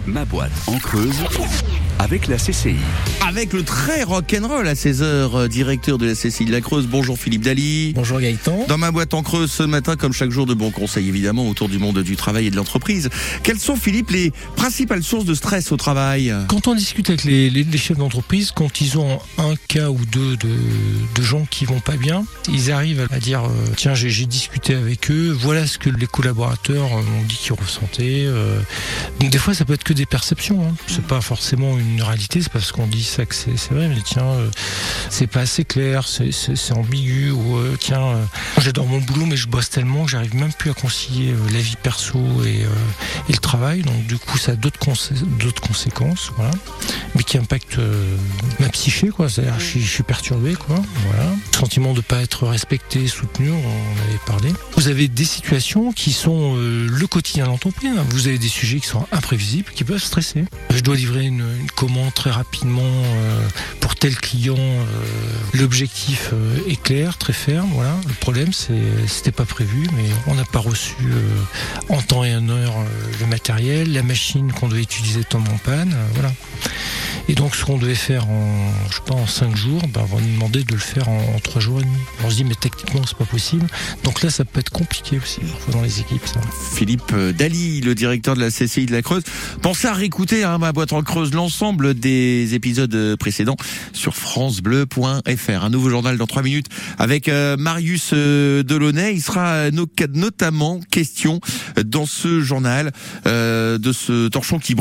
Ma boîte en Creuse avec la CCI. Avec le très rock'n'roll à 16h, directeur de la CCI de la Creuse. Bonjour Philippe Daly. Bonjour Gaëtan. Dans Ma boîte en Creuse ce matin, comme chaque jour, de bons conseils évidemment autour du monde du travail et de l'entreprise. Quelles sont, Philippe, les principales sources de stress au travail ? Quand on discute avec les chefs d'entreprise, quand ils ont un cas ou deux de gens qui vont pas bien, ils arrivent à dire tiens, j'ai discuté avec eux, voilà ce que les collaborateurs m'ont dit qu'ils ressentaient. Donc des fois ça peut être que des perceptions, hein. C'est pas forcément une réalité, c'est parce qu'on dit ça que c'est vrai, mais tiens, c'est pas assez clair, c'est ambigu, ou tiens, j'adore mon boulot mais je bosse tellement que j'arrive même plus à concilier la vie perso et le travail, donc du coup ça a d'autres conséquences, voilà, mais qui impactent ma psyché, quoi. C'est-à-dire je suis perturbé, quoi, voilà. Sentiment de pas être respecté, soutenu, on avait parlé. Vous avez des situations qui sont le quotidien de l'entreprise. Vous avez des sujets qui sont imprévisibles, qui peuvent stresser. Je dois livrer une commande très rapidement pour tel client. L'objectif est clair, très ferme, voilà. Le problème, c'était pas prévu, mais on n'a pas reçu en temps et en heure le matériel, la machine qu'on devait utiliser tombe en panne, voilà. Et donc ce qu'on devait faire en 5 jours, on va nous demander de le faire en 3 jours et demi. On se dit mais techniquement c'est pas possible. Donc là ça peut être compliqué aussi parfois dans les équipes, ça. Philippe Daly, le directeur de la CCI de la Creuse. Pensez à réécouter Ma boîte en Creuse, l'ensemble des épisodes précédents sur francebleu.fr. Un nouveau journal dans 3 minutes avec Marius Delaunay. Il sera notamment question dans ce journal de ce torchon qui